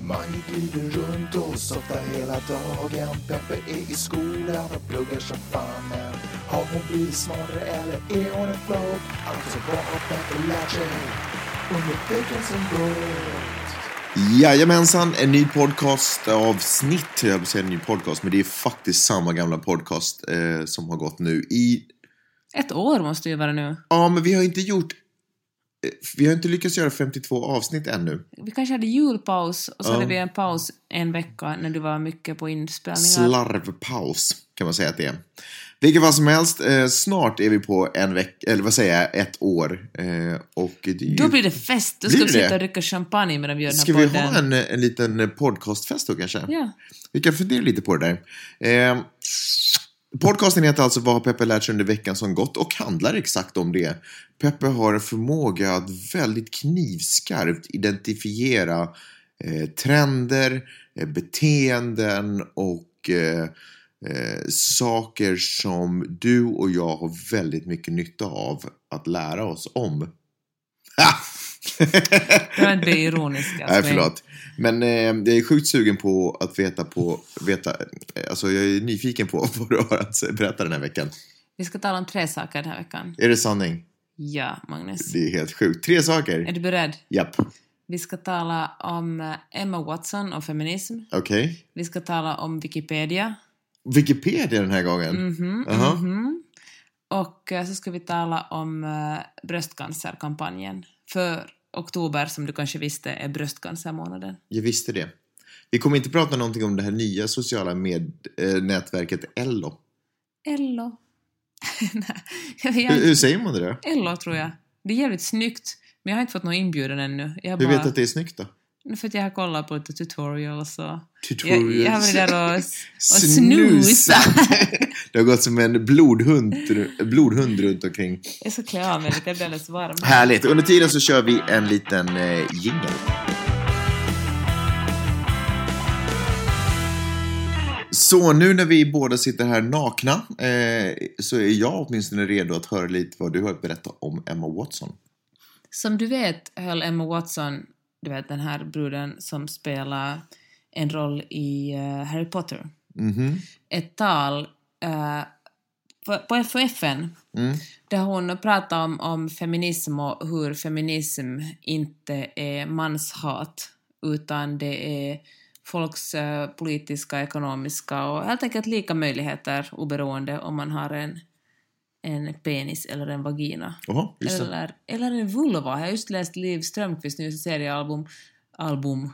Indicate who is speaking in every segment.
Speaker 1: Mange glider runt och softar hela dagen. Peppe är i skolan och pluggar som fan. Men har hon blivit smartare eller är hon en flow? Alltså vad har Peppe lärt sig under veckan som gått?
Speaker 2: Jajamensan, en ny podcastavsnitt. Jag vill säga en ny podcast, men det är faktiskt samma gamla podcast som har gått nu i...
Speaker 3: Ett år måste ju vara nu.
Speaker 2: Ja, men vi har inte lyckats göra 52 avsnitt ännu.
Speaker 3: Vi kanske hade julpaus och så hade vi en paus en vecka när du var mycket på inspelningar.
Speaker 2: Slarvpaus kan man säga att det är. Vilket fall som helst, snart är vi på en vecka, eller vad säger jag, ett år. Och det är ju...
Speaker 3: Då blir det fest, då ska vi sitta och dricka champagne medan vi gör den här podden.
Speaker 2: Ska vi ha en liten podcastfest då kanske?
Speaker 3: Ja.
Speaker 2: Vi kan fundera lite på det där. Podcasten heter alltså Vad har Peppe lärt sig under veckan som gått och handlar exakt om det. Peppe har en förmåga att väldigt knivskarpt identifiera trender, beteenden och saker som du och jag har väldigt mycket nytta av att lära oss om.
Speaker 3: Det var inte ironiskt.
Speaker 2: Nej, förlåt. Men jag är sjukt sugen på att veta, alltså jag är nyfiken på vad du har att berätta den här veckan.
Speaker 3: Vi ska tala om 3 saker den här veckan.
Speaker 2: Är det sanning?
Speaker 3: Ja, Magnus.
Speaker 2: Det är helt sjukt. 3 saker.
Speaker 3: Är du beredd?
Speaker 2: Japp.
Speaker 3: Vi ska tala om Emma Watson och feminism.
Speaker 2: Okej.
Speaker 3: Vi ska tala om Wikipedia.
Speaker 2: Wikipedia den här gången?
Speaker 3: Och så ska vi tala om bröstcancerkampanjen. För oktober, som du kanske visste, är bröstcancermånaden.
Speaker 2: Jag visste det. Vi kommer inte prata någonting om det här nya sociala nätverket Ello.
Speaker 3: Ello.
Speaker 2: Hur säger man det då?
Speaker 3: Ello tror jag. Det är jävligt snyggt. Men jag har inte fått någon inbjudan ännu.
Speaker 2: Hur vet att det är snyggt då?
Speaker 3: För att jag har kollat på lite tutorials. Jag
Speaker 2: Tutorials?
Speaker 3: har varit där och snusa.
Speaker 2: Det har gått som en blodhund runt omkring.
Speaker 3: Jag ska klä av mig lite, jag blir alldeles varm.
Speaker 2: Härligt. Under tiden så kör vi en liten jingle. Så nu när vi båda sitter här nakna så är jag åtminstone redo att höra lite vad du har att berätta om Emma Watson.
Speaker 3: Som du vet höll Emma Watson, du vet den här bruden som spelar en roll i Harry Potter. Ett tal på FN där hon pratar om feminism och hur feminism inte är manshat utan det är folks politiska, ekonomiska och helt enkelt lika möjligheter oberoende om man har en penis eller en vagina.
Speaker 2: Oha,
Speaker 3: eller en vulva. Jag har just läst Liv Strömquist nu seriealbum.
Speaker 2: Album.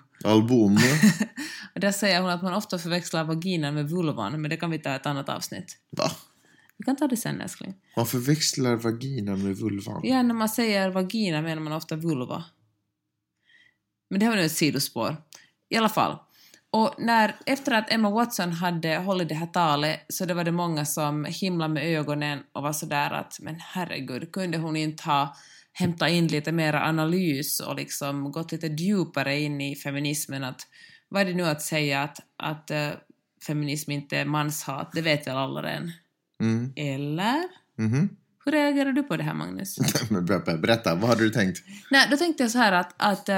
Speaker 3: Och där säger hon att man ofta förväxlar vaginan med vulvan, men det kan vi ta ett annat avsnitt.
Speaker 2: Va?
Speaker 3: Vi kan ta det sen, älskling.
Speaker 2: Man förväxlar vaginan med vulvan?
Speaker 3: Ja, när man säger vagina menar man ofta vulva. Men det har nu ett sidospår. I alla fall. Och efter att Emma Watson hade hållit det här talet så det var det många som himlade med ögonen och var sådär att men herregud, kunde hon inte ha hämtat in lite mer analys och liksom gått lite djupare in i feminismen att vad är det nu att säga att feminism inte är manshat, det vet väl alla redan. Eller? Hur reagerar du på det här, Magnus?
Speaker 2: Berätta, vad hade du tänkt?
Speaker 3: Nej, då tänkte jag så här att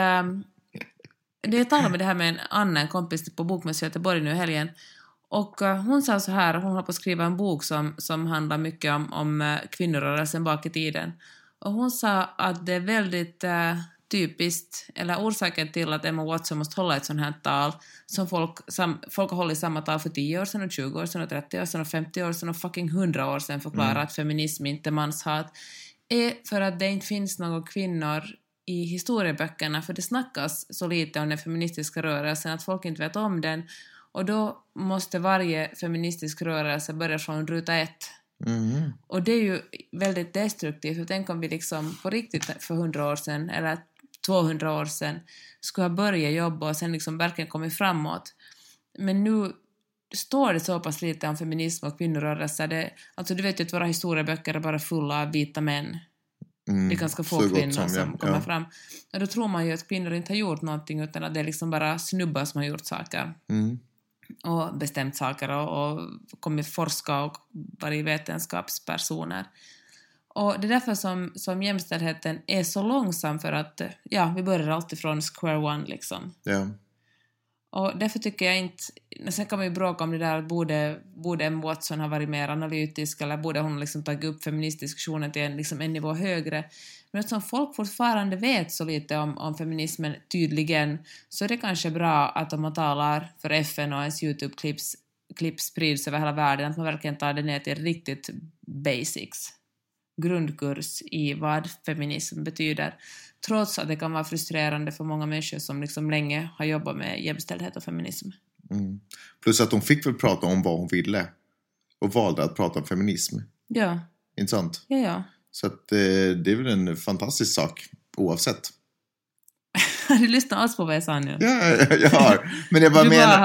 Speaker 3: jag talade med det här med en kompis på Bokmässan i Göteborg nu i helgen. Och hon sa så här, hon har på att skriva en bok som handlar mycket om kvinnorörelsen bak i tiden. Och hon sa att det är väldigt typiskt, eller orsaken till att Emma Watson måste hålla ett sånt här tal som folk har hållit samma tal för 10 år sedan och 20 år sedan och 30 år sedan och 50 år sedan och fucking 100 år sedan förklarar att feminism inte är manshat är för att det inte finns några kvinnor i historieböckerna, för det snackas så lite om den feministiska rörelsen att folk inte vet om den, och då måste varje feministisk rörelse börja från ruta 1. Och det är ju väldigt destruktivt, för tänk om vi liksom på riktigt för 100 år sedan eller 200 år sedan skulle ha börjat jobba och sen liksom verkligen kommit framåt. Men nu står det så pass lite om feminism och kvinnorörelser. Alltså du vet ju att våra historieböcker är bara fulla av vita män. Det är ganska få kvinnor som kommer fram. Och då tror man ju att kvinnor inte har gjort någonting utan att det är liksom bara snubbar som har gjort saker. Och bestämt saker och kommit forska och varit vetenskapspersoner. Och det är därför som jämställdheten är så långsam, för att vi börjar alltid från square one liksom.
Speaker 2: Ja.
Speaker 3: Och därför tycker jag inte... Sen kan man ju bråka om det där att borde Emma Watson ha varit mer analytisk eller borde hon liksom tagit upp feministdiskussionen till en nivå högre. Men eftersom folk fortfarande vet så lite om feminismen tydligen så är det kanske bra att om man talar för FN och ens YouTube-klipp sprids över hela världen att man verkligen tar det ner till riktigt basics. Grundkurs i vad feminism betyder. Trots att det kan vara frustrerande för många människor som liksom länge har jobbat med jämställdhet och feminism.
Speaker 2: Mm. Plus att de fick väl prata om vad hon ville. Och valde att prata om feminism.
Speaker 3: Ja.
Speaker 2: Inte sant?
Speaker 3: Ja.
Speaker 2: Så att, det är väl en fantastisk sak oavsett.
Speaker 3: Har du lyssnat alls på vad jag sa nu?
Speaker 2: Ja, jag har. Men jag bara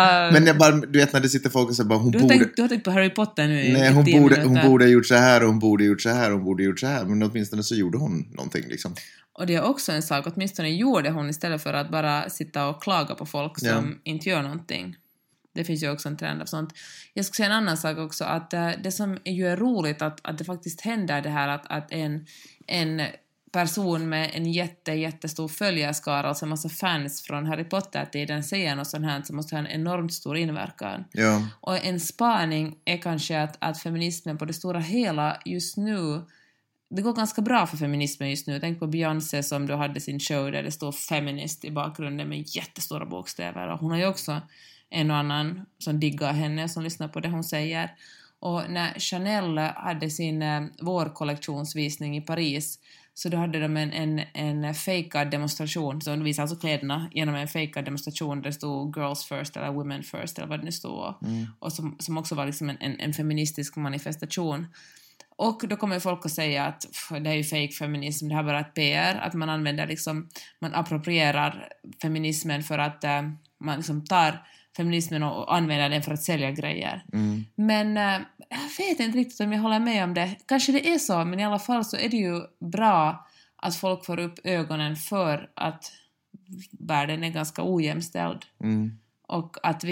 Speaker 2: du vet när det sitter folk och säger bara
Speaker 3: du har tänkt på Harry Potter nu i
Speaker 2: nej, hon borde ha gjort så här och hon borde ha gjort så här och hon borde ha gjort så här. Men åtminstone så gjorde hon någonting liksom.
Speaker 3: Och det är också en sak, åtminstone gjorde hon istället för att bara sitta och klaga på folk som inte gör någonting. Det finns ju också en trend av sånt. Jag ska säga en annan sak också, att det som ju är roligt att det faktiskt händer det här att en person med en jättestor följarskara, alltså en massa fans från Harry Potter-tiden säger något sånt här som måste ha en enormt stor inverkan.
Speaker 2: Ja.
Speaker 3: Och en spaning är kanske att feminismen på det stora hela just nu, det går ganska bra för feminismen just nu. Tänk på Beyoncé som då hade sin show där det står feminist i bakgrunden med jättestora bokstäver. Och hon har ju också en och annan som diggar henne, som lyssnar på det hon säger. Och när Chanel hade sin vårkollektionsvisning i Paris så då hade de en fejkad demonstration. Så de visade alltså kläderna genom en fejkad demonstration där det stod Girls First eller Women First eller vad det nu stod. Och som också var liksom en feministisk manifestation. Och då kommer folk att säga att det är ju fake feminism, det här är bara ett PR, att man använder liksom, man approprierar feminismen för att man liksom tar feminismen och använder den för att sälja grejer. Men jag vet inte riktigt om jag håller med om det. Kanske det är så, men i alla fall så är det ju bra att folk får upp ögonen för att världen är ganska ojämställd. Och att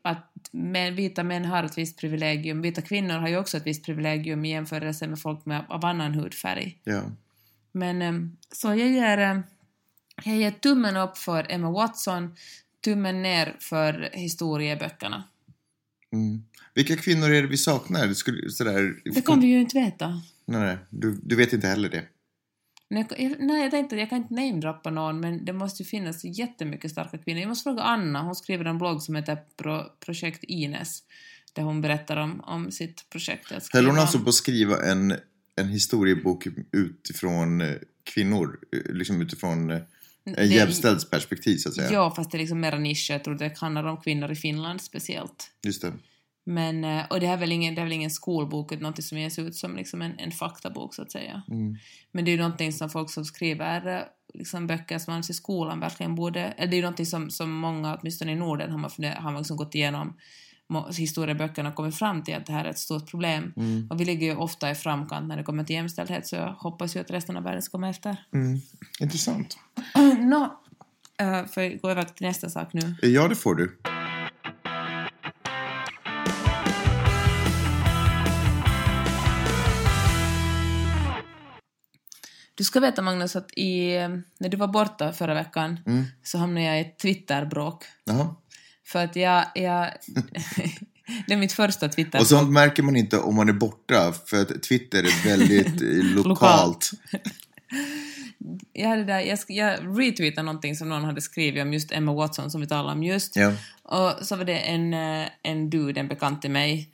Speaker 3: vita män har ett visst privilegium. Vita kvinnor har ju också ett visst privilegium i jämförelse med folk av annan hudfärg.
Speaker 2: Ja.
Speaker 3: Men så jag ger tummen upp för Emma Watson, tummen ner för historieböckerna.
Speaker 2: Vilka kvinnor är det vi saknar?
Speaker 3: Det kommer vi ju inte veta.
Speaker 2: Nej, du vet inte heller det.
Speaker 3: Nej, jag tänkte att jag kan inte namedroppa någon, men det måste ju finnas jättemycket starka kvinnor. Jag måste fråga Anna, hon skriver en blogg som heter Projekt Ines, där hon berättar om sitt projekt.
Speaker 2: Höll hon alltså på att skriva en historiebok utifrån kvinnor, liksom utifrån en jämställdhetsperspektiv så att säga?
Speaker 3: Ja, fast det är liksom mer nisch. Jag tror det handlar om kvinnor i Finland speciellt.
Speaker 2: Just det.
Speaker 3: Men, och det är väl ingen skolbok, något som ges ut som liksom en faktabok så att säga. Men det är ju någonting som folk som skriver liksom böcker som man i skolan verkligen borde, eller det är ju någonting som många, åtminstone i Norden, har man liksom gått igenom historieböckerna och kommit fram till att det här är ett stort problem. Och vi ligger ju ofta i framkant när det kommer till jämställdhet, så jag hoppas ju att resten av världen ska komma efter.
Speaker 2: Intressant.
Speaker 3: Får jag gå över till nästa sak nu?
Speaker 2: Ja, det får du.
Speaker 3: Du ska veta, Magnus, att när du var borta förra veckan så hamnade jag i ett Twitterbråk.
Speaker 2: Jaha.
Speaker 3: För att jag det är mitt första Twitterbråk.
Speaker 2: Och sånt märker man inte om man är borta, för att Twitter är väldigt lokalt. Jag retweetade någonting som någon hade skrivit om just Emma Watson som vi talade om just. Ja.
Speaker 3: Och så var det en dude, en bekant till mig,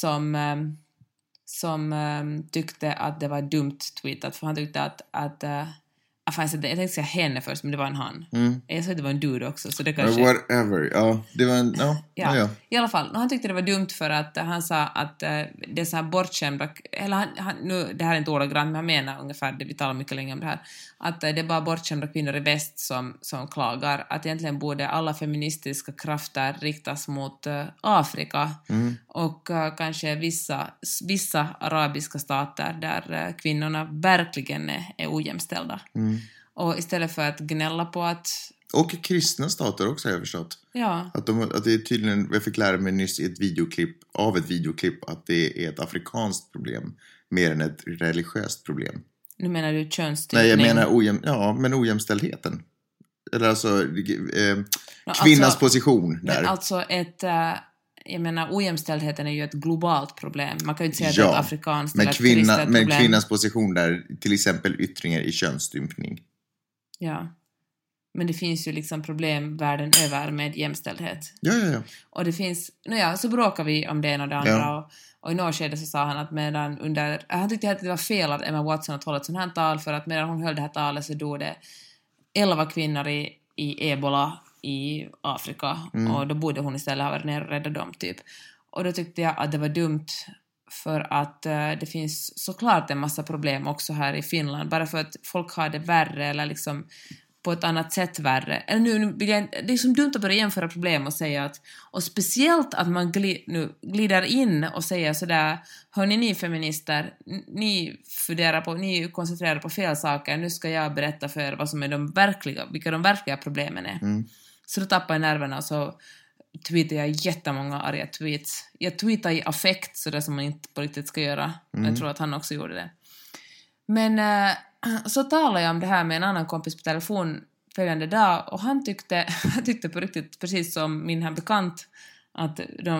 Speaker 3: som tyckte att det var dumt tweetat, för han tyckte att jag tänkte säga henne först, men det var en han. Jag sa att det var en dude också, så det kanske...
Speaker 2: Whatever, ja. Det var en... Ja.
Speaker 3: I alla fall, han tyckte det var dumt för att han sa att det är så här bortskämda... Eller nu, det här är inte ordagrant, men han menar ungefär, det vi talar mycket länge om det här, att det är bara bortskämda kvinnor i väst som klagar. Att egentligen borde alla feministiska krafter riktas mot Afrika och kanske vissa arabiska stater där kvinnorna verkligen är ojämställda. Och istället för att gnälla på att...
Speaker 2: Och kristna stater också, har jag förstått.
Speaker 3: Ja.
Speaker 2: Att det är tydligen, jag fick lära mig nyss i ett videoklipp att det är ett afrikanskt problem mer än ett religiöst problem.
Speaker 3: Nu menar du könsstympning?
Speaker 2: Nej, jag menar ojämställdheten. Eller alltså kvinnans position där.
Speaker 3: Men alltså jag menar, ojämställdheten är ju ett globalt problem. Man kan ju inte säga att det är ett afrikanskt eller ett kristet problem.
Speaker 2: Men kvinnans position där, till exempel yttringar i könsstympning. Ja.
Speaker 3: Men det finns ju liksom problem världen över med jämställdhet.
Speaker 2: Ja.
Speaker 3: Och det finns, så bråkar vi om det ena och det andra. Ja. Och i något skede så sa han att han tyckte att det var fel att Emma Watson att hålla ett sånt här tal, för att medan hon höll det här talet så dog det 11 kvinnor i ebola i Afrika. Och då borde hon istället ha varit ner och rädda dem typ. Och då tyckte jag att det var dumt, för att det finns såklart en massa problem också här i Finland. Bara för att folk har det värre eller liksom på ett annat sätt värre. Eller nu det är liksom dumt att börja jämföra problem och säga att, och speciellt att man glider in och säger sådär, hörni ni feminister, ni koncentrerar på fel saker, nu ska jag berätta för er vad som är vilka de verkliga problemen är. Så då tappar jag nerverna och så tweetar jag jättemånga arga tweets. Jag tweetar i affekt, så det som man inte på riktigt ska göra. Jag tror att han också gjorde det. Men så talade jag om det här med en annan kompis på telefon följande dag, och han tyckte på riktigt, precis som min här bekant, att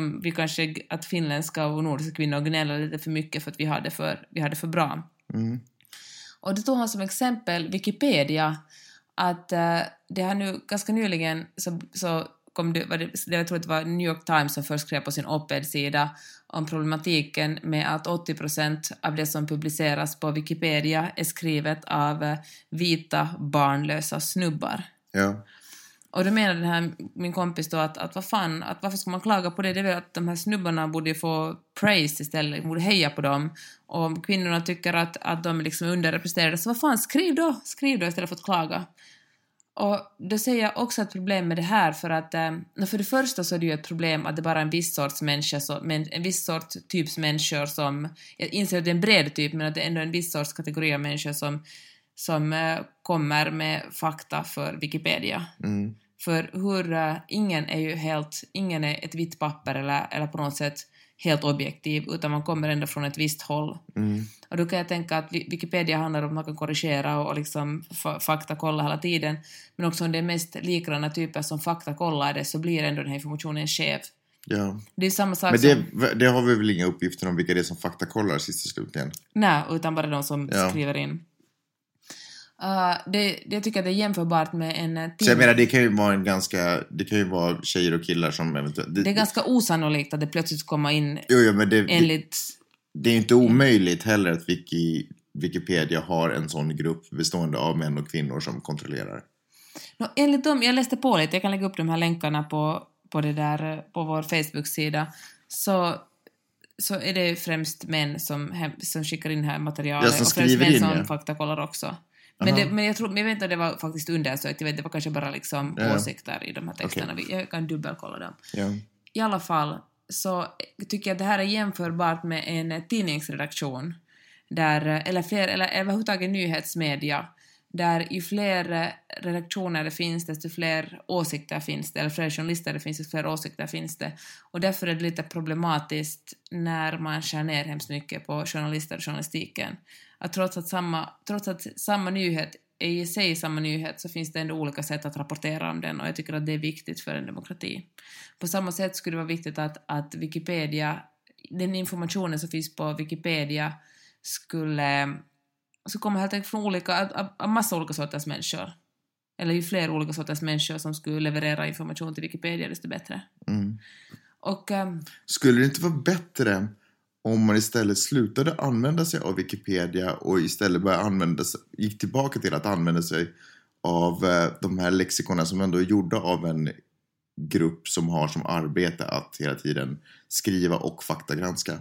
Speaker 3: att finländska och nordiska kvinnor gnäller lite för mycket för att vi har det för bra. Och det tog han som exempel Wikipedia, att det har nu ganska nyligen så kom jag tror att det var New York Times som först skrev på sin op-ed-sida om problematiken med att 80% av det som publiceras på Wikipedia är skrivet av vita barnlösa snubbar.
Speaker 2: Ja.
Speaker 3: Och då menade min kompis då att vad fan, att varför ska man klaga på det? Det är väl att de här snubbarna borde få praise istället, borde heja på dem. Och om kvinnorna tycker att de liksom är underrepresenterade, så vad fan, skriv då istället för att klaga. Och då säger jag också ett problem med det här, för att för det första så är det ju ett problem att det bara är en viss sorts människa, en viss sorts typs människor som, jag inser att det är en bred typ, men att det är ändå en viss sorts kategori av människor som kommer med fakta för Wikipedia. För ingen är ett vitt papper eller på något sätt helt objektiv, utan man kommer ändå från ett visst håll. Och då kan jag tänka att Wikipedia handlar om att man kan korrigera och liksom faktakolla hela tiden, men också om det är mest likadana typer som faktakollar det, så blir ändå den här informationen skev.
Speaker 2: Ja.
Speaker 3: Det är samma sak.
Speaker 2: Men det har vi väl inga uppgifter om vilka det är som faktakollar sist och slutligen?
Speaker 3: Nej, utan bara de som skriver in. Jag tycker att det är jämförbart med en
Speaker 2: så jag menar, det kan ju vara tjejer och killar som eventuellt...
Speaker 3: Det är ganska osannolikt att det plötsligt kommer in
Speaker 2: men det är inte omöjligt heller att Wikipedia har en sån grupp bestående av män och kvinnor som kontrollerar.
Speaker 3: Enligt dem, jag läste på lite, jag kan lägga upp de här länkarna på det där på vår Facebook-sida, så är det främst män som skickar in här materialet, och främst män som faktakollar också. Men jag vet inte om det var faktiskt undersökt. Jag vet, det var kanske bara liksom åsikter i de här texterna. Okay. Jag kan dubbelkolla dem. Ja. I alla fall så tycker jag att det här är jämförbart med en tidningsredaktion eller överhuvudtaget nyhetsmedia, där ju fler redaktioner det finns, desto fler åsikter finns det, eller fler journalister det finns, desto fler åsikter finns det. Och därför är det lite problematiskt när man skär ner hemskt mycket på journalister och journalistiken. Att trots att samma nyhet är i sig samma nyhet, så finns det ändå olika sätt att rapportera om den, och jag tycker att det är viktigt för en demokrati. På samma sätt skulle det vara viktigt att Wikipedia, den informationen som finns på Wikipedia så kommer helt enkelt från massa olika sorters människor. Eller ju fler olika sorters människor som skulle leverera information till Wikipedia, desto bättre. Och
Speaker 2: skulle det inte vara bättre om man istället slutade använda sig av Wikipedia och istället gick tillbaka till att använda sig av de här lexikonerna som ändå är gjorda av en grupp som har som arbete att hela tiden skriva och faktagranska?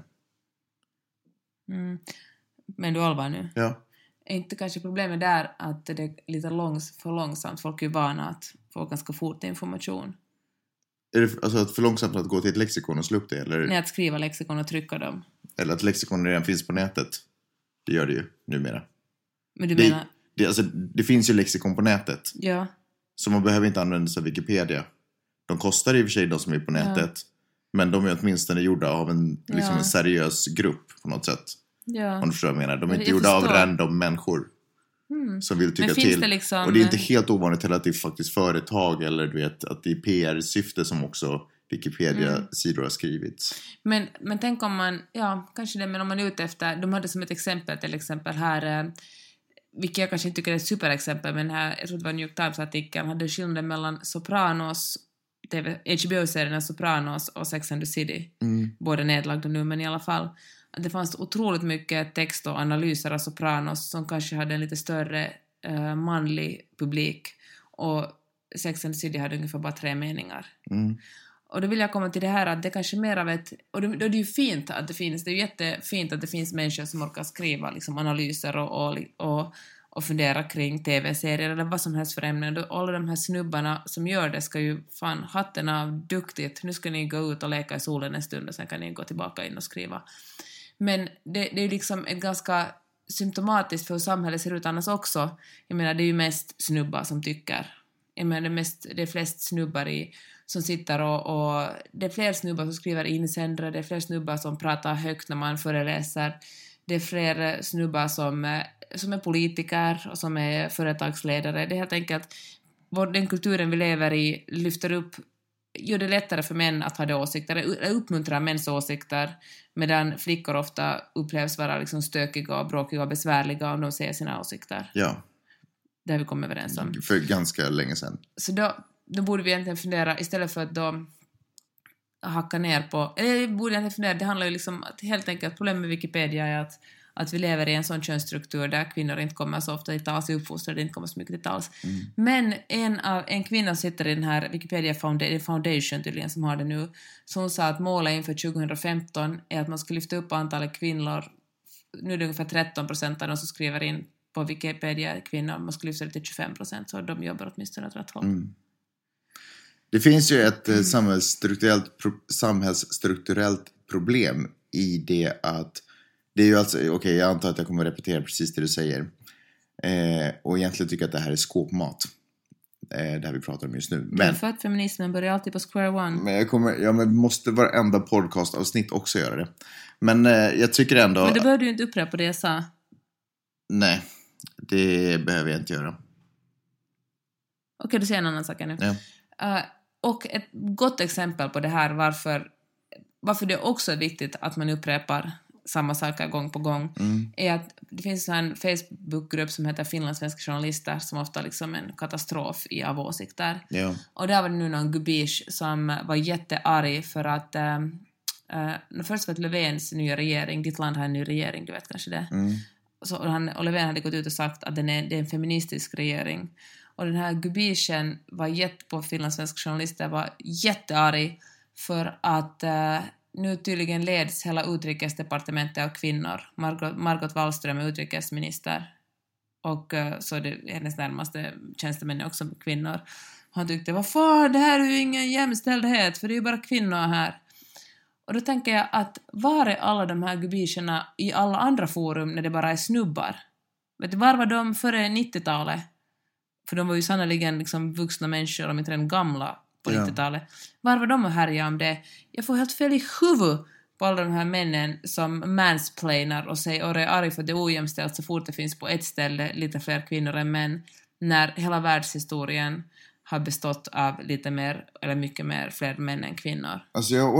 Speaker 3: Men du allvar nu?
Speaker 2: Ja.
Speaker 3: Är inte kanske problemet där att det är lite för långsamt? Folk är ju vana att få ganska fort information.
Speaker 2: Är det alltså för långsamt att gå till ett lexikon och slå upp det? Eller?
Speaker 3: Nej, att skriva lexikon och trycka dem.
Speaker 2: Eller att lexikon redan finns på nätet. Det gör det ju numera.
Speaker 3: Men du menar...
Speaker 2: Det finns ju lexikon på nätet.
Speaker 3: Ja.
Speaker 2: Så man behöver inte använda sig av Wikipedia. De kostar i och för sig de som är på nätet. Ja. Men de är åtminstone gjorda av en seriös grupp på något sätt.
Speaker 3: Ja.
Speaker 2: Om du förstår vad jag menar. De är inte gjorda av random människor. som vill tycka
Speaker 3: Men finns
Speaker 2: till.
Speaker 3: det liksom...
Speaker 2: Och det är inte helt ovanligt heller att det är faktiskt företag eller du vet, att det är PR-syfte som också Wikipedia-sidor har skrivits.
Speaker 3: Men tänk om man, ja kanske det, men om man är ute efter, de hade som ett exempel till exempel här, vilket jag kanske inte tycker är ett superexempel, men här, jag tror det var New York Times-artikeln, hade skillnaden mellan Sopranos, HBO-serierna Sopranos och Sex and the City, båda nedlagda nu, men i alla fall, att det fanns otroligt mycket text och analyser av Sopranos som kanske hade en lite större manlig publik, och Sex and the City hade ungefär bara 3 meningar. Och då vill jag komma till det här att det kanske mer av ett... Och då är det ju fint att det finns... Det är ju jättefint att det finns människor som orkar skriva liksom analyser och fundera kring tv-serier eller vad som helst för ämnen. Och alla de här snubbarna som gör det ska ju fan hatten av duktigt. Nu ska ni gå ut och leka i solen en stund och sen kan ni gå tillbaka in och skriva. Men det är ju liksom ett ganska symptomatiskt för hur samhället ser ut annars också. Jag menar, det är ju mest snubbar som tycker. Jag menar, det är flest snubbar som sitter och det är fler snubbar som skriver insändare, det är fler snubbar som pratar högt när man föreläser, det är fler snubbar som är politiker och som är företagsledare. Det är helt enkelt, den kulturen vi lever i lyfter upp, gör det lättare för män att ha de åsikter, uppmuntrar mäns åsikter, medan flickor ofta upplevs vara liksom stökiga och bråkiga och besvärliga om de säger sina åsikter.
Speaker 2: Ja.
Speaker 3: Det har vi kommit överens om.
Speaker 2: För ganska länge sedan. Så
Speaker 3: då borde vi egentligen fundera, istället för att då hacka ner på... Eller borde egentligen fundera, det handlar ju liksom att helt enkelt, problemet med Wikipedia är att vi lever i en sån könsstruktur där kvinnor inte kommer så ofta till tals, uppfostrade inte kommer så mycket till tals. Men en kvinna sitter i den här Wikipedia Foundation tydligen som har det nu, så hon sa att målet inför 2015 är att man ska lyfta upp antalet kvinnor, nu är det ungefär 13% av de som skriver in på Wikipedia kvinnor, man skulle lyfta det till 25%, så de jobbar åtminstone åt rätt håll.
Speaker 2: Det finns ju ett samhällsstrukturellt problem i det att det är ju alltså, okej, jag antar att jag kommer repetera precis det du säger, och egentligen tycker att det här är skåpmat, det här vi pratar om just nu. Men
Speaker 3: för att feminismen börjar alltid på square one.
Speaker 2: Men måste varenda podcastavsnitt också göra det. Men jag tycker ändå...
Speaker 3: Men det behöver du inte upprepa det jag sa.
Speaker 2: Nej, det behöver jag inte göra.
Speaker 3: Okej, du säger en annan sak nu. Ja. Och ett gott exempel på det här, varför det också är viktigt att man upprepar samma saker gång på gång, är att det finns en Facebookgrupp som heter Finlandssvenska journalister som ofta liksom en katastrof av åsikter.
Speaker 2: Ja. Och
Speaker 3: där var det nu någon gubbish som var jättearg för att först var det Löfvens nya regering, ditt land har en ny regering, du vet kanske det. Och Löfven hade gått ut och sagt att det är en feministisk regering. Och den här gubbischen på Finlandssvenska journalister var jättearg för att nu tydligen leds hela utrikesdepartementet av kvinnor. Margot Wallström är utrikesminister och så är det hennes närmaste tjänstemän är också kvinnor. Han tyckte, vad fan, det här är ju ingen jämställdhet för det är ju bara kvinnor här. Och då tänker jag att var är alla de här gubbischerna i alla andra forum när det bara är snubbar? Vet du, var de före 90-talet? För de var ju sannoliken liksom vuxna människor, om inte den gamla på 90-talet. Var var de och härja om det? Jag får helt fel i huvud på alla de här männen som mansplainar och säger och är arg för det ojämställt så fort det finns på ett ställe lite fler kvinnor än män, när hela världshistorien har bestått av lite mer eller mycket mer fler män än kvinnor.
Speaker 2: Alltså jag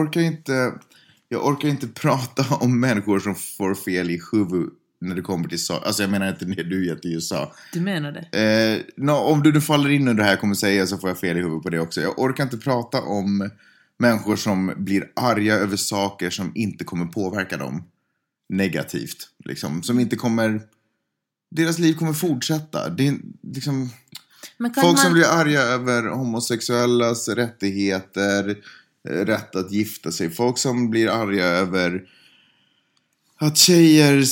Speaker 2: orkar inte prata om människor som får fel i huvud när det kommer till USA. Alltså jag menar inte när du är till USA.
Speaker 3: Du menar det?
Speaker 2: Om du faller in under det här kommer säga så får jag fel i huvudet på det också. Jag orkar inte prata om människor som blir arga över saker som inte kommer påverka dem negativt. Liksom. Som inte kommer... Deras liv kommer fortsätta. Det är liksom... Folk som blir arga över homosexuellas rättigheter, rätt att gifta sig. Folk som blir arga över att tjejer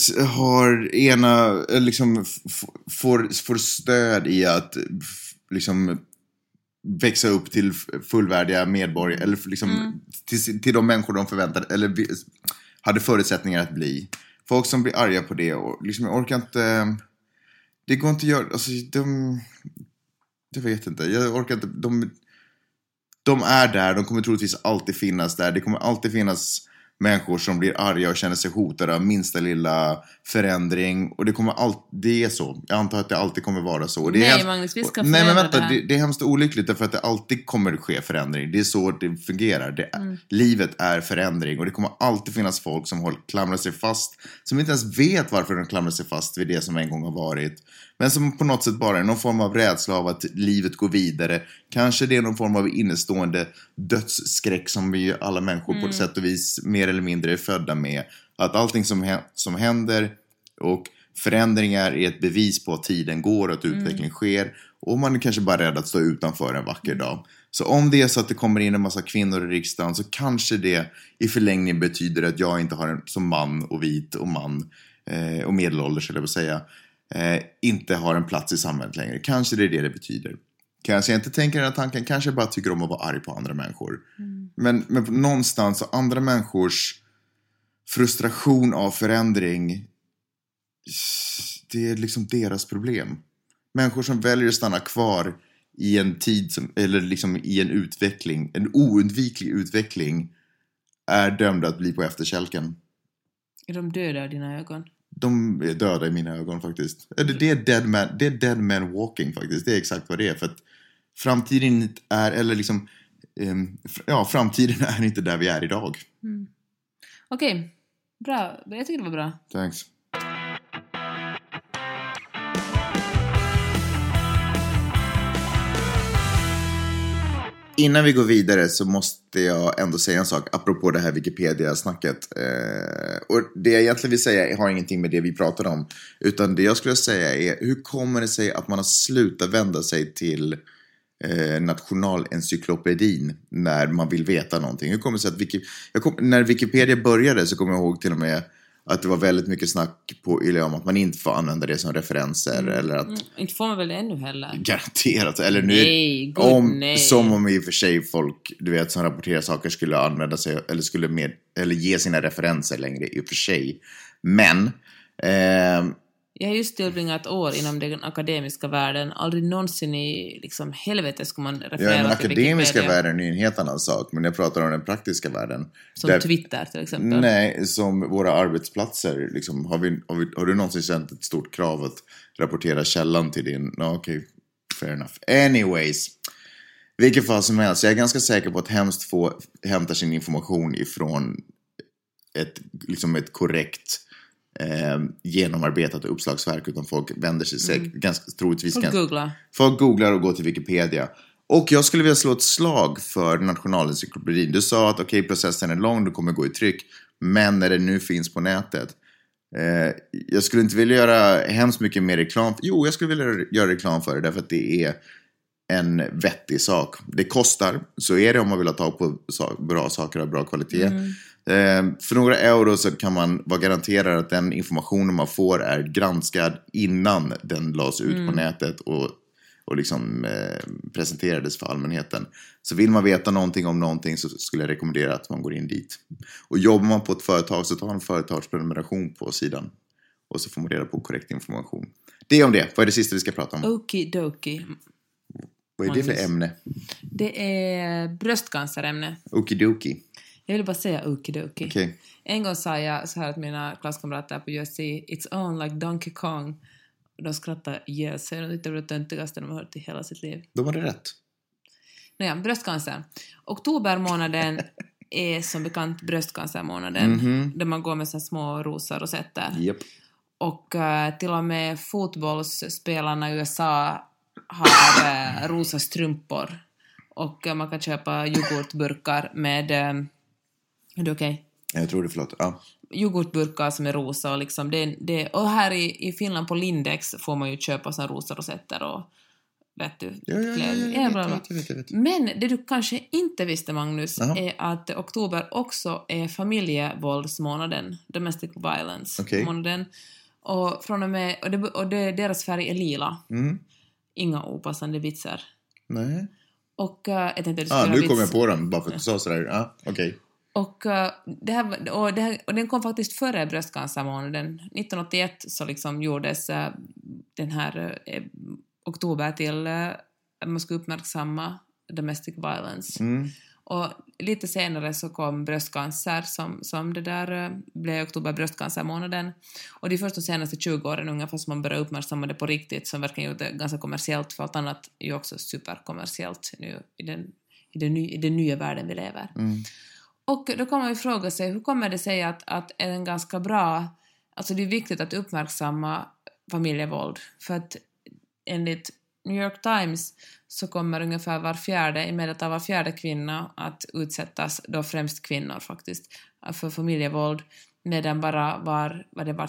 Speaker 2: får stöd i att liksom växa upp till fullvärdiga medborgare eller liksom till de människor de förväntade eller hade förutsättningar att bli. Folk som blir arga på det och liksom jag orkar inte, det går inte att göra, alltså jag vet inte, jag orkar inte, de är där, de kommer troligtvis alltid finnas där, det kommer alltid finnas människor som blir arga och känner sig hotade av minsta lilla förändring. Och det är så. Jag antar att det alltid kommer vara så. Och det
Speaker 3: Nej,
Speaker 2: är
Speaker 3: Magnus, vi ska
Speaker 2: nej, men
Speaker 3: förändra
Speaker 2: vänta,
Speaker 3: det här.
Speaker 2: det är hemskt olyckligt därför att det alltid kommer ske förändring. Det är så det fungerar. Livet är förändring och det kommer alltid finnas folk som klamrar sig fast, som inte ens vet varför de klamrar sig fast vid det som en gång har varit. Men som på något sätt bara är någon form av rädsla av att livet går vidare. Kanske det är någon form av innestående dödsskräck som vi alla människor på ett sätt och vis mer eller mindre är födda med. Att allting som händer och förändringar är ett bevis på att tiden går och att utveckling sker. Och man är kanske bara rädd att stå utanför en vacker dag. Så om det är så att det kommer in en massa kvinnor i riksdagen så kanske det i förlängningen betyder att jag inte har som man och vit och man och medelålders, eller jag vill säga, inte har en plats i samhället längre. Kanske det är det betyder. Kanske jag inte tänker den här tanken, kanske jag bara tycker om att vara arg på andra människor. Men någonstans så andra människors frustration av förändring, det är liksom deras problem. Människor som väljer att stanna kvar i en tid eller liksom i en utveckling, en oundviklig utveckling, är dömda att bli på efterkälken.
Speaker 3: Är de döda i dina ögon?
Speaker 2: De är döda i mina ögon faktiskt. Det är dead man walking faktiskt. Det är exakt vad det är. För att framtiden är, eller liksom, framtiden är inte där vi är idag.
Speaker 3: Okej, bra. Jag tycker det var bra.
Speaker 2: Thanks. Innan vi går vidare så måste jag ändå säga en sak apropå det här Wikipedia-snacket. Och det jag egentligen vill säga har ingenting med det vi pratade om. Utan det jag skulle säga är, hur kommer det sig att man har slutat vända sig till nationalencyklopedin när man vill veta någonting? Hur kommer det sig att när Wikipedia började så kommer jag ihåg till och med att det var väldigt mycket snack på YLE om att man inte får använda det som referenser. Eller att,
Speaker 3: inte får man väl det ännu heller.
Speaker 2: Garanterat. Eller
Speaker 3: Nej,
Speaker 2: nu, som om i och för sig folk, du vet, som rapporterar saker skulle använda sig eller skulle eller ge sina referenser längre i och för sig. Men
Speaker 3: jag har just tillbringat år inom den akademiska världen. Aldrig någonsin i liksom helvete ska man referera till
Speaker 2: den
Speaker 3: Wikipedia.
Speaker 2: akademiska världen är en helt annan sak. Men jag pratar om den praktiska världen.
Speaker 3: Som Twitter till exempel.
Speaker 2: Nej, som våra arbetsplatser. Liksom, har du någonsin känt ett stort krav att rapportera källan till din... Okej, fair enough. Anyways. Vilket fall som helst. Jag är ganska säker på att hemskt få hämtar sin information ifrån ett korrekt... genomarbetat uppslagsverk, utan folk vänder sig ganska troligtvis folk googlar och går till Wikipedia. Och jag skulle vilja slå ett slag för nationalencyklopedin. Du sa att processen är lång, du kommer gå i tryck, men när det nu finns på nätet, jag skulle inte vilja göra hemskt mycket mer reklam. Jo, jag skulle vilja göra reklam för det därför att det är en vettig sak. Det kostar, så är det om man vill ha tag på bra saker av bra kvalitet. För några euro så kan man vara garanterad att den informationen man får är granskad innan den lades ut på nätet och liksom presenterades för allmänheten. Så vill man veta någonting om någonting så skulle jag rekommendera att man går in dit. Och jobbar man på ett företag så tar en företagsprenumeration på sidan. Och så får man reda på korrekt information. Det är om det. Vad är det sista vi ska prata om?
Speaker 3: Okidoki.
Speaker 2: Vad är det för ämne?
Speaker 3: Det är bröstcancerämne.
Speaker 2: Okidoki.
Speaker 3: Jag vill bara säga okidoki.
Speaker 2: Okay.
Speaker 3: En gång sa jag så här att mina klasskamrater på USC, it's on like Donkey Kong. Och de skrattade ihjäl sig. De tyckte det var det töntigaste de har hört i hela sitt liv.
Speaker 2: Då var det rätt.
Speaker 3: Nåja, bröstcancer. Oktobermånaden är som bekant bröstcancermånaden. Där man går med så små rosa rosetter.
Speaker 2: Yep.
Speaker 3: Och till och med fotbollsspelarna i USA har rosa strumpor. Och man kan köpa yoghurtburkar med... är det okej?
Speaker 2: Jag tror det, förlåt. Ja.
Speaker 3: Yoghurtburkar som är rosa. Och, liksom och här i Finland på Lindex får man ju köpa såna rosa rosetter och... Vet du?
Speaker 2: Jag vet.
Speaker 3: Men det du kanske inte visste, Magnus, är att oktober också är familjevåldsmånaden. Domestic violence-månaden. Och från och med... Och deras färg är lila. Inga opassande vitsar.
Speaker 2: Nej.
Speaker 3: Och jag tänkte att
Speaker 2: nu kommer jag på den bara för att du sa sådär. Okej.
Speaker 3: Och den kom faktiskt före bröstcancermånaden. 1981 så liksom gjordes den här oktober till man ska uppmärksamma domestic violence. Och lite senare så kom bröstcancer som det där blev oktober bröstcancermånaden. Och de första senaste 20 åren ungefär som man började uppmärksamma det på riktigt, som verkligen gjort det ganska kommersiellt, för allt annat är ju också superkommersiellt nu i den nya världen vi lever. Och då kan man ju fråga sig, hur kommer det sig att en ganska bra, alltså det är viktigt att uppmärksamma familjevåld, för att enligt New York Times så kommer ungefär i medeltal var fjärde kvinna att utsättas, då främst kvinnor faktiskt, för familjevåld, medan bara var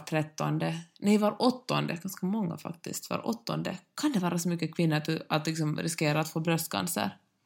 Speaker 3: 8:e, ganska många faktiskt, var 8:e, kan det vara så mycket kvinnor att liksom riskera att få bröstcancer.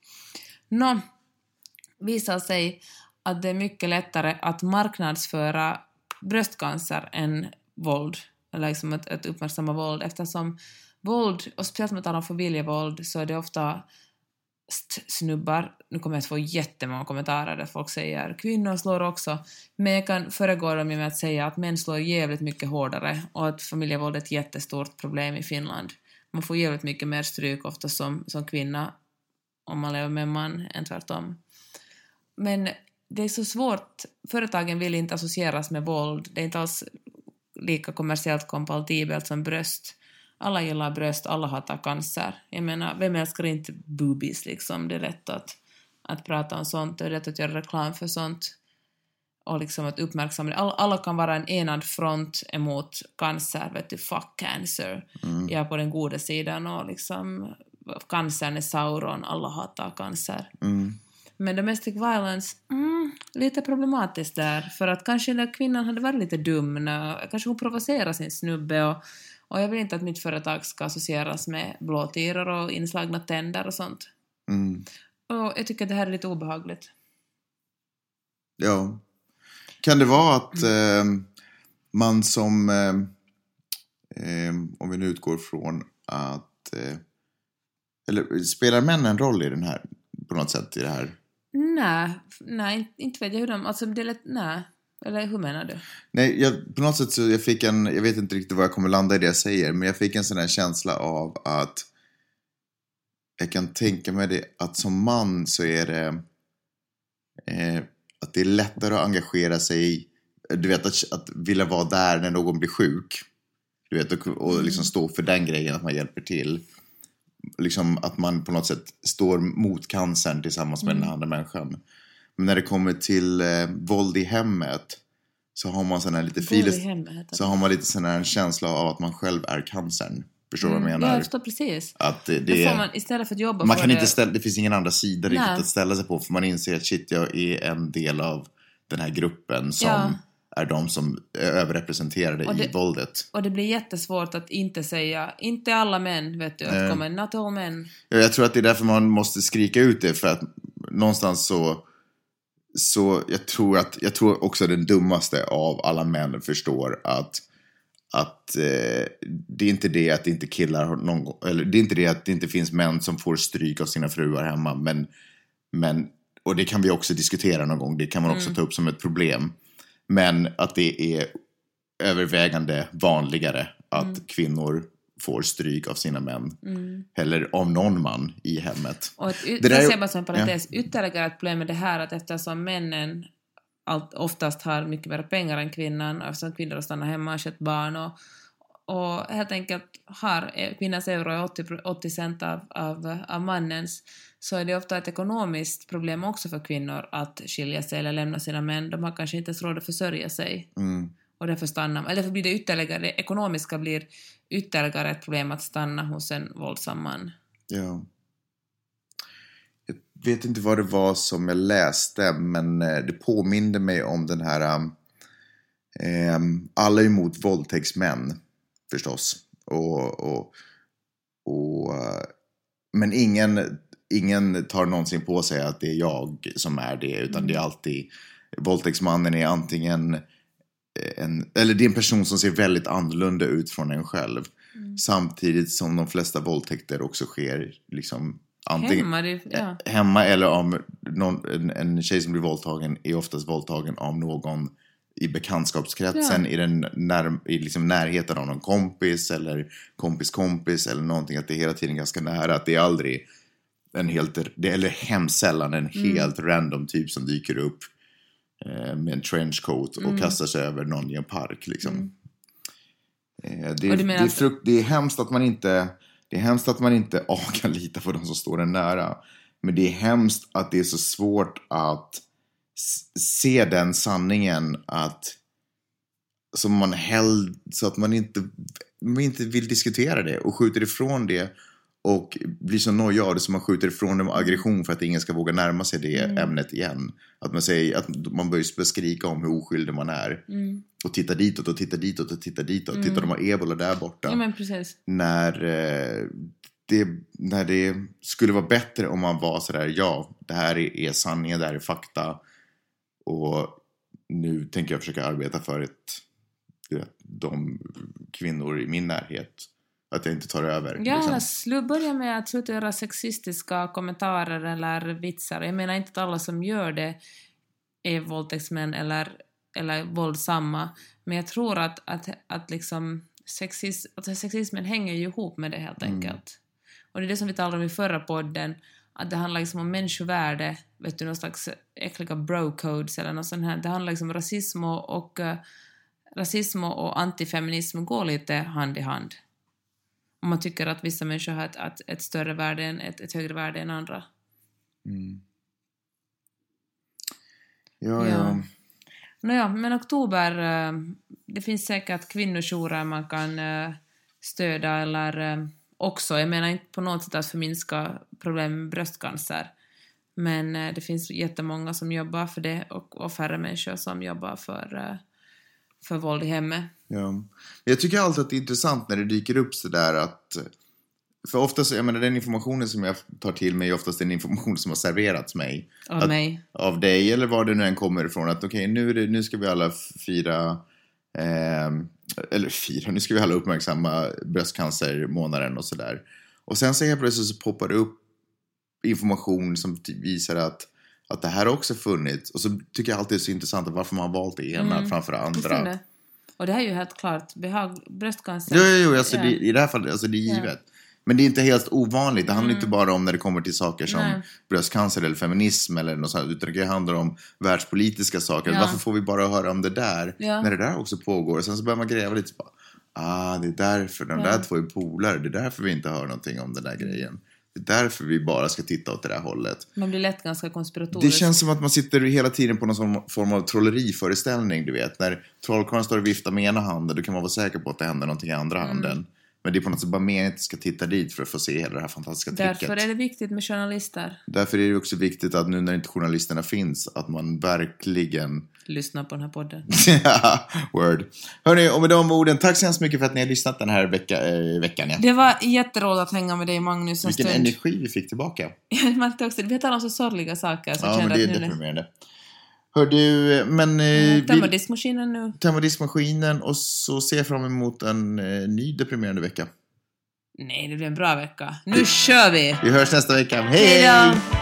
Speaker 3: Visar sig att det är mycket lättare att marknadsföra bröstcancer än våld, eller liksom att uppmärksamma våld, eftersom våld, och speciellt med tal om familjevåld, så är det ofta snubbar. Nu kommer jag att få jättemånga kommentarer där folk säger kvinnor slår också, men jag kan föregå dem med att säga att män slår jävligt mycket hårdare, och att familjevåld är ett jättestort problem i Finland. Man får jävligt mycket mer stryk ofta som kvinna om man lever med en man än tvärtom. Men det är så svårt. Företagen vill inte associeras med våld. Det är inte alls lika kommersiellt kompatibelt som bröst. Alla gillar bröst, alla hatar cancer. Jag menar, vem älskar inte boobies liksom? Det är lätt att prata om sånt, det är lätt att göra reklam för sånt. Och liksom att uppmärksamma det. Alla kan vara en enad front emot cancer, vet du, fuck cancer. Jag är på den goda sidan, och liksom cancern är Sauron, alla hatar cancer. Men domestic violence, lite problematiskt där. För att kanske den kvinnan hade varit lite dum. Kanske hon provocerar sin snubbe. Och jag vill inte att mitt företag ska associeras med blåtiror och inslagna tänder och sånt. Och jag tycker att det här är lite obehagligt.
Speaker 2: Ja. Kan det vara att man som... om vi nu utgår från att... eller spelar män en roll i den här, på något sätt i det här?
Speaker 3: Nej, inte vet jag hur de... Alltså, det är lätt, nej. Eller hur menar du?
Speaker 2: Nej, på något sätt så jag fick jag vet inte riktigt vad jag kommer landa i det jag säger, men jag fick en sån här känsla av att jag kan tänka mig det, att som man så är det att det är lättare att engagera sig i, du vet, att vilja vara där när någon blir sjuk, du vet, och liksom stå för den grejen, att man hjälper till, liksom att man på något sätt står mot cancern tillsammans med den andra människan. Men när det kommer till våld i hemmet så har man sån här lite så har man lite sån här känsla av att man själv är cancern. Förstår du vad jag menar?
Speaker 3: Ja, jag förstår precis.
Speaker 2: Att
Speaker 3: det får man, istället för att jobba
Speaker 2: man
Speaker 3: för
Speaker 2: kan
Speaker 3: det...
Speaker 2: inte ställa, det finns ingen andra sida riktigt att ställa sig på, för man inser att shit, jag är en del av den här gruppen som är de som är överrepresenterade i våldet. Och
Speaker 3: det blir jättesvårt att inte säga, inte alla män, vet du, att komma, not all men.
Speaker 2: Ja, jag tror att det är därför man måste skrika ut det, för att någonstans så jag tror också den dummaste av alla män förstår att det är inte det att det inte killar någon gång, eller det är inte det att det inte finns män som får stryk av sina fruar hemma, men och det kan vi också diskutera någon gång, det kan man också ta upp som ett problem, men att det är övervägande vanligare att kvinnor får stryk av sina män eller av någon man i hemmet.
Speaker 3: Och det där ser bara som en parentes, ytterligare ett problem med det här, att eftersom männen oftast har mycket mer pengar än kvinnan, och eftersom kvinnor stannar hemma och köpt barn och helt enkelt har kvinnans euro 80% av mannens, så är det ofta ett ekonomiskt problem också för kvinnor att skilja sig eller lämna sina män. De har kanske inte ens råd att försörja sig. Och därför stannar, eller blir det ytterligare, det ekonomiska blir ytterligare ett problem att stanna hos en våldsam man. Ja.
Speaker 2: Jag vet inte vad det var som jag läste, men det påminde mig om den här alla emot våldtäktsmän förstås. Men ingen tar någonsin på sig att det är jag som är det, utan det är alltid våldtäktsmannen är antingen eller det är en person som ser väldigt annorlunda ut från en själv. Samtidigt som de flesta våldtäkter också sker liksom antingen hemma eller av en tjej som blir våldtagen är oftast våldtagen av någon i bekantskapskretsen, i liksom närheten av någon kompis eller kompis eller någonting, att det är hela tiden ganska nära, att det är aldrig eller hemskt sällan en helt random typ som dyker upp med en trenchcoat och kastar sig över någon i en park liksom. Det är hemskt att man inte kan lita på de som står en nära. Men det är hemskt att det är så svårt att se den sanningen så att man inte vill diskutera det och skjuter ifrån det och blir så nojig av det som man skjuter ifrån det med aggression för att ingen ska våga närma sig det ämnet igen. Att man säger att man börjar skrika om hur oskyldig man är och titta ditåt och titta ditåt och titta ditåt. Titta, de har ebola där borta.
Speaker 3: Ja, men precis.
Speaker 2: När det skulle vara bättre om man var sådär, ja, det här är sanningen, det här är fakta och nu tänker jag försöka arbeta för de kvinnor i min närhet, att jag inte tar över.
Speaker 3: Ja, börja med att sluta göra sexistiska kommentarer eller vitsar. Jag menar inte att alla som gör det är våldtäktsmän eller våldsamma, men jag tror att liksom sexismen hänger ju ihop med det helt enkelt. Och det är det som vi talade om i förra podden, att det handlar liksom om människovärde, vet du, någon slags äckliga bro-codes eller något sånt här. Det handlar liksom om rasism och antifeminism går lite hand i hand. Om man tycker att vissa människor har ett större värde än ett högre värde än andra.
Speaker 2: Ja.
Speaker 3: Nåja, men oktober, det finns säkert kvinnojourer man kan stödja eller också. Jag menar inte på något sätt att förminska problem med bröstcancer. Men det finns jättemånga som jobbar för det och färre människor som jobbar för våld i hemmet.
Speaker 2: Ja. Jag tycker alltid att det är intressant när det dyker upp så där att, för oftast, jag menar, den informationen som jag tar till mig är oftast den information som har serverats mig. Av dig eller var det nu än kommer ifrån. Att okej, nu ska vi alla nu ska vi alla uppmärksamma bröstcancermånaden och sådär. Och sen så helt plötsligt så poppar det upp information som visar att det här också funnits. Och så tycker jag alltid det är så intressant varför man har valt det ena framför det andra.
Speaker 3: Och det här är ju helt klart bröstcancer.
Speaker 2: Jo, alltså i det här fallet, alltså det är givet. Men det är inte helt ovanligt. Det handlar inte bara om när det kommer till saker som bröstcancer eller feminism eller något sånt, utan det handlar om världspolitiska saker. Ja. Varför får vi bara höra om det där när det där också pågår? Och sen så börjar man gräva lite på, det är därför de där två är polare. Det är därför vi inte hör någonting om den där grejen. Det är därför vi bara ska titta åt det där hållet.
Speaker 3: Man blir lätt ganska konspiratorisk.
Speaker 2: Det känns som att man sitter hela tiden på någon form av trolleriföreställning, du vet. När trollkarlen står och viftar med ena handen, då kan man vara säker på att det händer någonting i andra handen. Men det är på något sätt bara meningen att jag ska titta dit för att få se hela det här fantastiska tricket.
Speaker 3: Därför är det viktigt med journalister.
Speaker 2: Därför är det också viktigt att nu när inte journalisterna finns, att man verkligen
Speaker 3: lyssnar på den här podden.
Speaker 2: Word. Hörrni, och med de orden, tack så hemskt mycket för att ni har lyssnat den här veckan. Ja.
Speaker 3: Det var jätteroligt att hänga med dig, Magnus.
Speaker 2: Vilken energi vi fick tillbaka.
Speaker 3: Vi talar om så sorgliga saker. Så
Speaker 2: men det är deprimerande. Hör du, men...
Speaker 3: Tömma diskmaskinen nu.
Speaker 2: Tömma diskmaskinen och så ser jag fram emot en ny deprimerande vecka.
Speaker 3: Nej, det blir en bra vecka. Nu kör vi!
Speaker 2: Vi hörs nästa vecka. Hej!